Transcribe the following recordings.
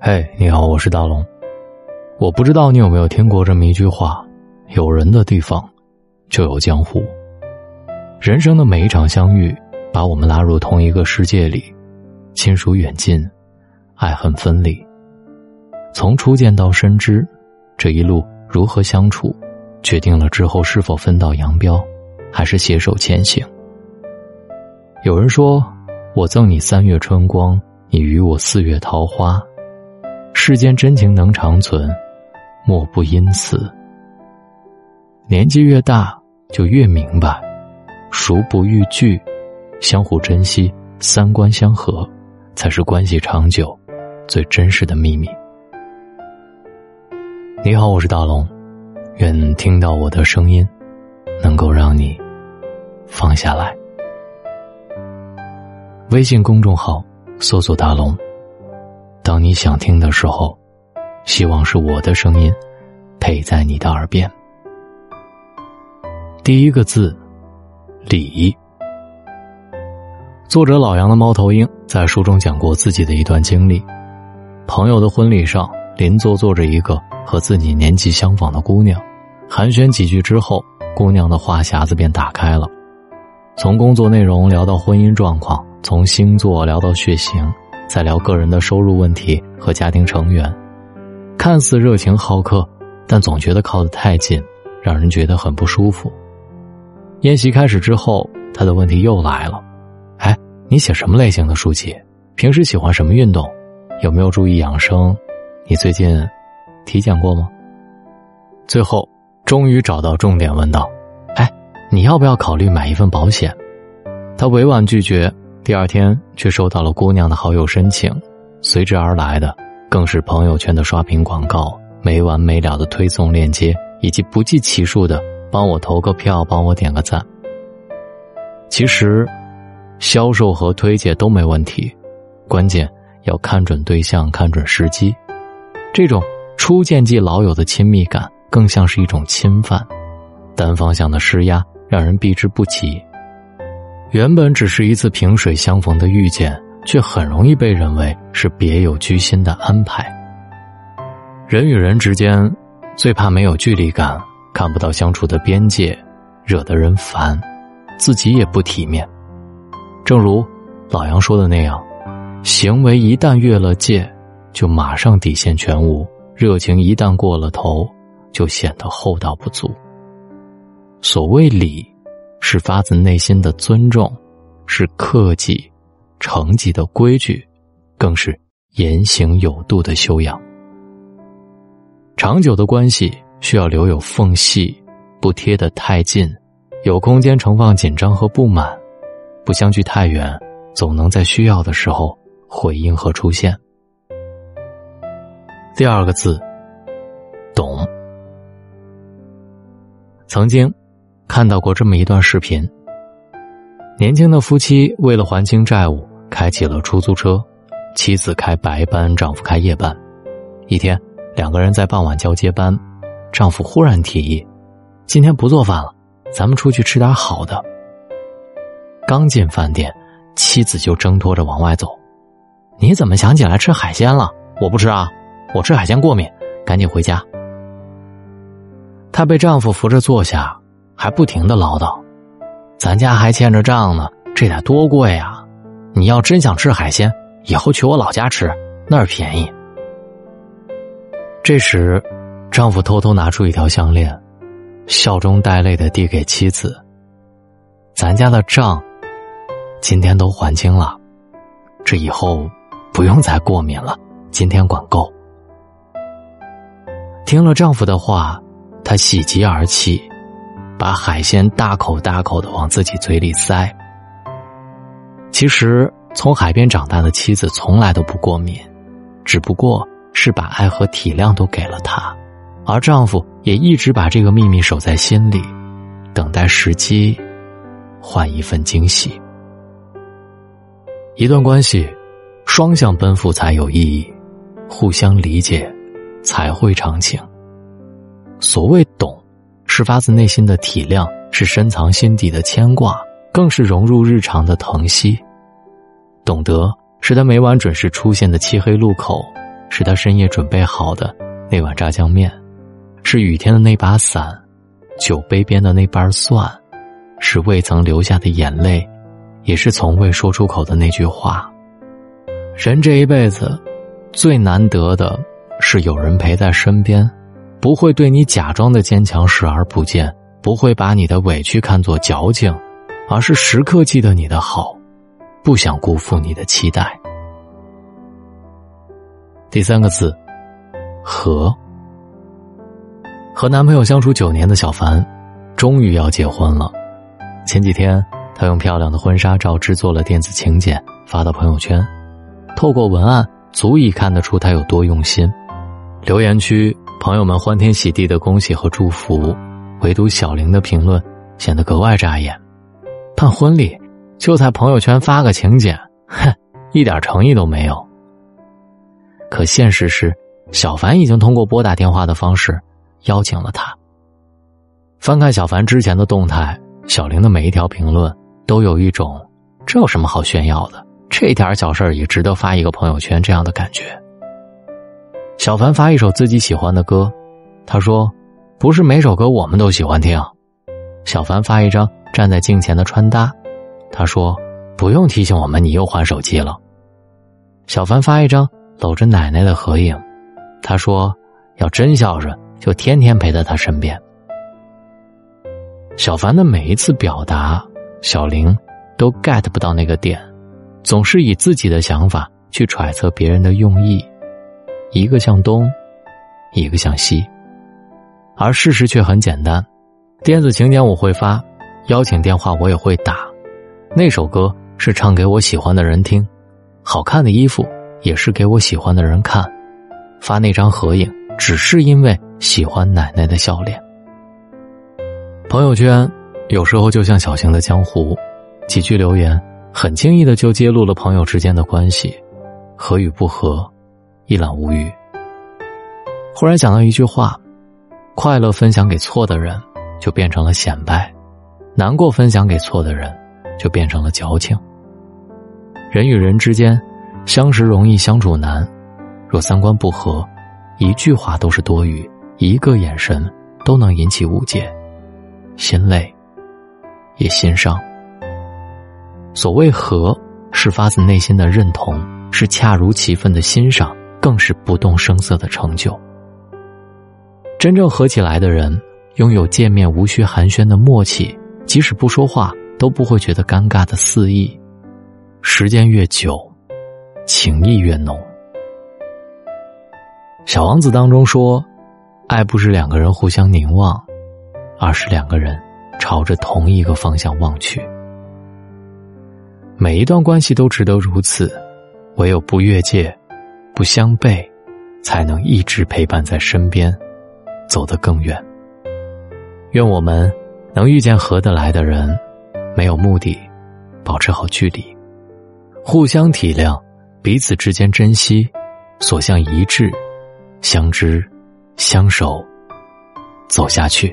嘿，你好，我是大龙。我不知道你有没有听过这么一句话，有人的地方就有江湖。人生的每一场相遇，把我们拉入同一个世界里，亲疏远近，爱恨分离。从初见到深知，这一路如何相处，决定了之后是否分道扬镳，还是携手前行。有人说，我赠你3月春光，你与我4月桃花。世间真情能长存，莫不因此。年纪越大，就越明白，孰不逾矩，相互珍惜，三观相合，才是关系长久最真实的秘密。你好，我是大龙，愿听到我的声音能够让你放下来。微信公众号搜索大龙，当你想听的时候，希望是我的声音陪在你的耳边。第一个字，礼。作者老杨的猫头鹰在书中讲过自己的一段经历。朋友的婚礼上，邻座坐着一个和自己年纪相仿的姑娘，寒暄几句之后，姑娘的话匣子便打开了，从工作内容聊到婚姻状况，从星座聊到血型，再聊个人的收入问题和家庭成员。看似热情好客，但总觉得靠得太近，让人觉得很不舒服。宴席开始之后，他的问题又来了。你写什么类型的书籍？平时喜欢什么运动？有没有注意养生？你最近体检过吗？最后终于找到重点，问道，你要不要考虑买一份保险？他委婉拒绝，第二天却收到了姑娘的好友申请，随之而来的更是朋友圈的刷屏广告，没完没了的推送链接，以及不计其数的帮我投个票，帮我点个赞。其实销售和推荐都没问题，关键要看准对象，看准时机。这种初见即老友的亲密感更像是一种侵犯，单方向的施压让人避之不及。原本只是一次萍水相逢的遇见，却很容易被认为是别有居心的安排。人与人之间最怕没有距离感，看不到相处的边界，惹得人烦，自己也不体面。正如老杨说的那样，行为一旦越了界，就马上底线全无，热情一旦过了头，就显得厚道不足。所谓礼，是发自内心的尊重，是克己成己的规矩，更是言行有度的修养。长久的关系需要留有缝隙，不贴得太近，有空间盛放紧张和不满，不相距太远，总能在需要的时候回应和出现。第二个字，懂。曾经看到过这么一段视频，年轻的夫妻为了还清债务，开启了出租车，妻子开白班，丈夫开夜班。一天，两个人在傍晚交接班，丈夫忽然提议，今天不做饭了，咱们出去吃点好的。刚进饭店，妻子就挣脱着往外走。你怎么想起来吃海鲜了？我不吃啊，我吃海鲜过敏，赶紧回家。她被丈夫扶着坐下，还不停地唠叨，咱家还欠着账呢，这得多贵啊！你要真想吃海鲜，以后去我老家吃，那儿便宜。这时丈夫偷偷拿出一条项链，笑中带泪地递给妻子，咱家的账今天都还清了，这以后不用再过敏了，今天管够。听了丈夫的话，她喜极而泣，把海鲜大口大口地往自己嘴里塞。其实从海边长大的妻子从来都不过敏，只不过是把爱和体谅都给了她，而丈夫也一直把这个秘密守在心里，等待时机换一份惊喜。一段关系双向奔赴才有意义，互相理解才会长情。所谓懂，是发自内心的体谅，是深藏心底的牵挂，更是融入日常的疼惜。懂得是他每晚准时出现的漆黑路口， 是他深夜准备好的那碗炸酱面，是雨天的那把伞，酒杯边的那瓣蒜，是未曾流下的眼泪，也是从未说出口的那句话。人这一辈子最难得的是有人陪在身边，不会对你假装的坚强视而不见，不会把你的委屈看作矫情，而是时刻记得你的好，不想辜负你的期待。第3个字，和。和男朋友相处9年的小凡终于要结婚了。前几天他用漂亮的婚纱照制作了电子请柬发到朋友圈，透过文案足以看得出他有多用心。留言区朋友们欢天喜地的恭喜和祝福，唯独小玲的评论显得格外扎眼。办婚礼就在朋友圈发个请柬，哼，一点诚意都没有。可现实是，小凡已经通过拨打电话的方式邀请了他。翻看小凡之前的动态，小玲的每一条评论都有一种这有什么好炫耀的，这点小事也值得发一个朋友圈这样的感觉。小凡发一首自己喜欢的歌，他说不是每首歌我们都喜欢听。小凡发一张站在镜前的穿搭，他说不用提醒我们你又换手机了。小凡发一张搂着奶奶的合影，他说要真孝顺就天天陪在他身边。小凡的每一次表达，小玲都 get 不到那个点，总是以自己的想法去揣测别人的用意，一个向东，一个向西。而事实却很简单，电子请柬我会发，邀请电话我也会打，那首歌是唱给我喜欢的人听，好看的衣服也是给我喜欢的人看，发那张合影只是因为喜欢奶奶的笑脸。朋友圈有时候就像小型的江湖，几句留言很轻易的就揭露了朋友之间的关系，合与不合一览无余。忽然想到一句话，快乐分享给错的人就变成了显摆，难过分享给错的人就变成了矫情。人与人之间相识容易相处难，若三观不合，一句话都是多余，一个眼神都能引起误解，心累也心伤。所谓和，是发自内心的认同，是恰如其分的欣赏，更是不动声色的成就。真正合起来的人拥有见面无需寒暄的默契，即使不说话都不会觉得尴尬的肆意。时间越久，情谊越浓。小王子当中说，爱不是两个人互相凝望，而是两个人朝着同一个方向望去。每一段关系都值得如此，唯有不越界，不相悖，才能一直陪伴在身边，走得更远。愿我们能遇见合得来的人，没有目的，保持好距离，互相体谅，彼此之间珍惜，所向一致，相知相守，走下去。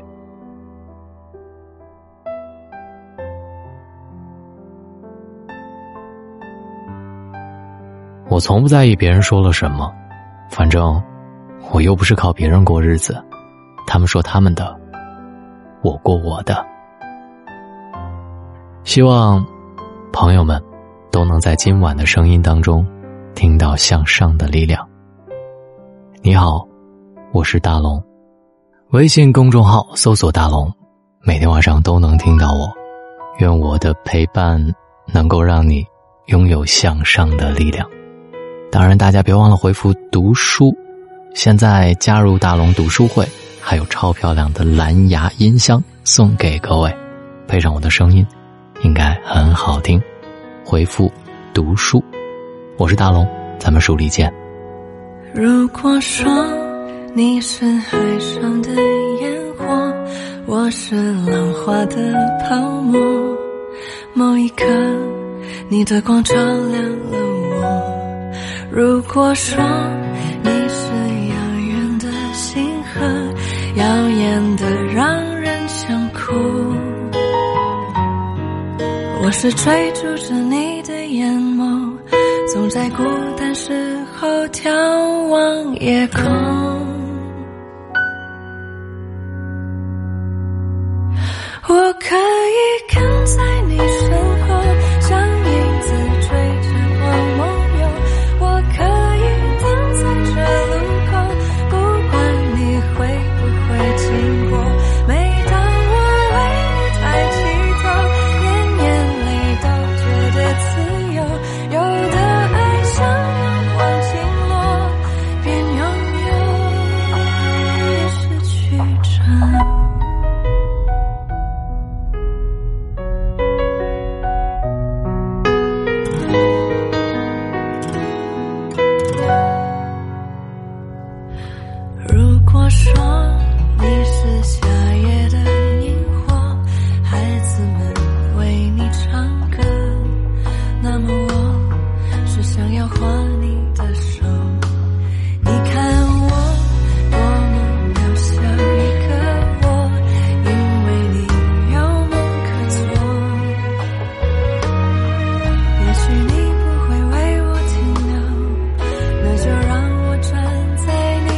我从不在意别人说了什么，反正我又不是靠别人过日子，他们说他们的，我过我的。希望朋友们都能在今晚的声音当中听到向上的力量。你好，我是大龙，微信公众号搜索大龙，每天晚上都能听到我。愿我的陪伴能够让你拥有向上的力量。当然大家别忘了回复读书，现在加入大龙读书会，还有超漂亮的蓝牙音箱送给各位，配上我的声音应该很好听。回复读书，我是大龙，咱们书里见。 如果说你是海上的烟火，我是浪花的泡沫，某一刻你的光照亮了我。如果说你是遥远的星河，耀眼的让人想哭，我是追逐着你的眼眸，总总在孤单时候眺望夜空。我可以跟在你身后，像影子追着光梦游。我可以等在这路口，不管你会不会经过。每当我为你抬起头，连眼泪都觉得自由。有的爱像阳光倾落，边拥有也失去着。如果说你是夏夜的萤火，孩子们为你唱歌，那么我是想要画你的手。你看我多么渺小一个我，因为你有梦可做。也许你不会为我停留，那就让我站在你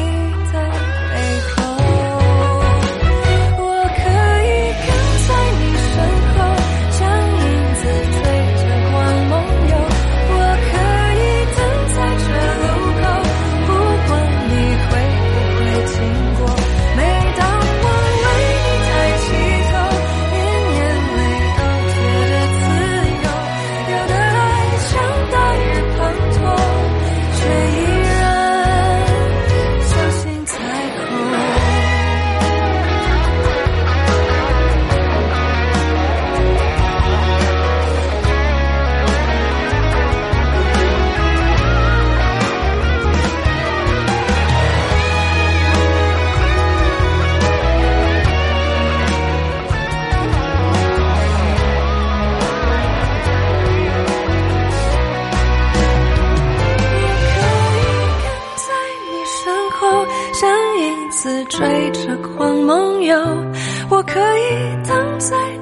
像影子追着光梦游，我可以等在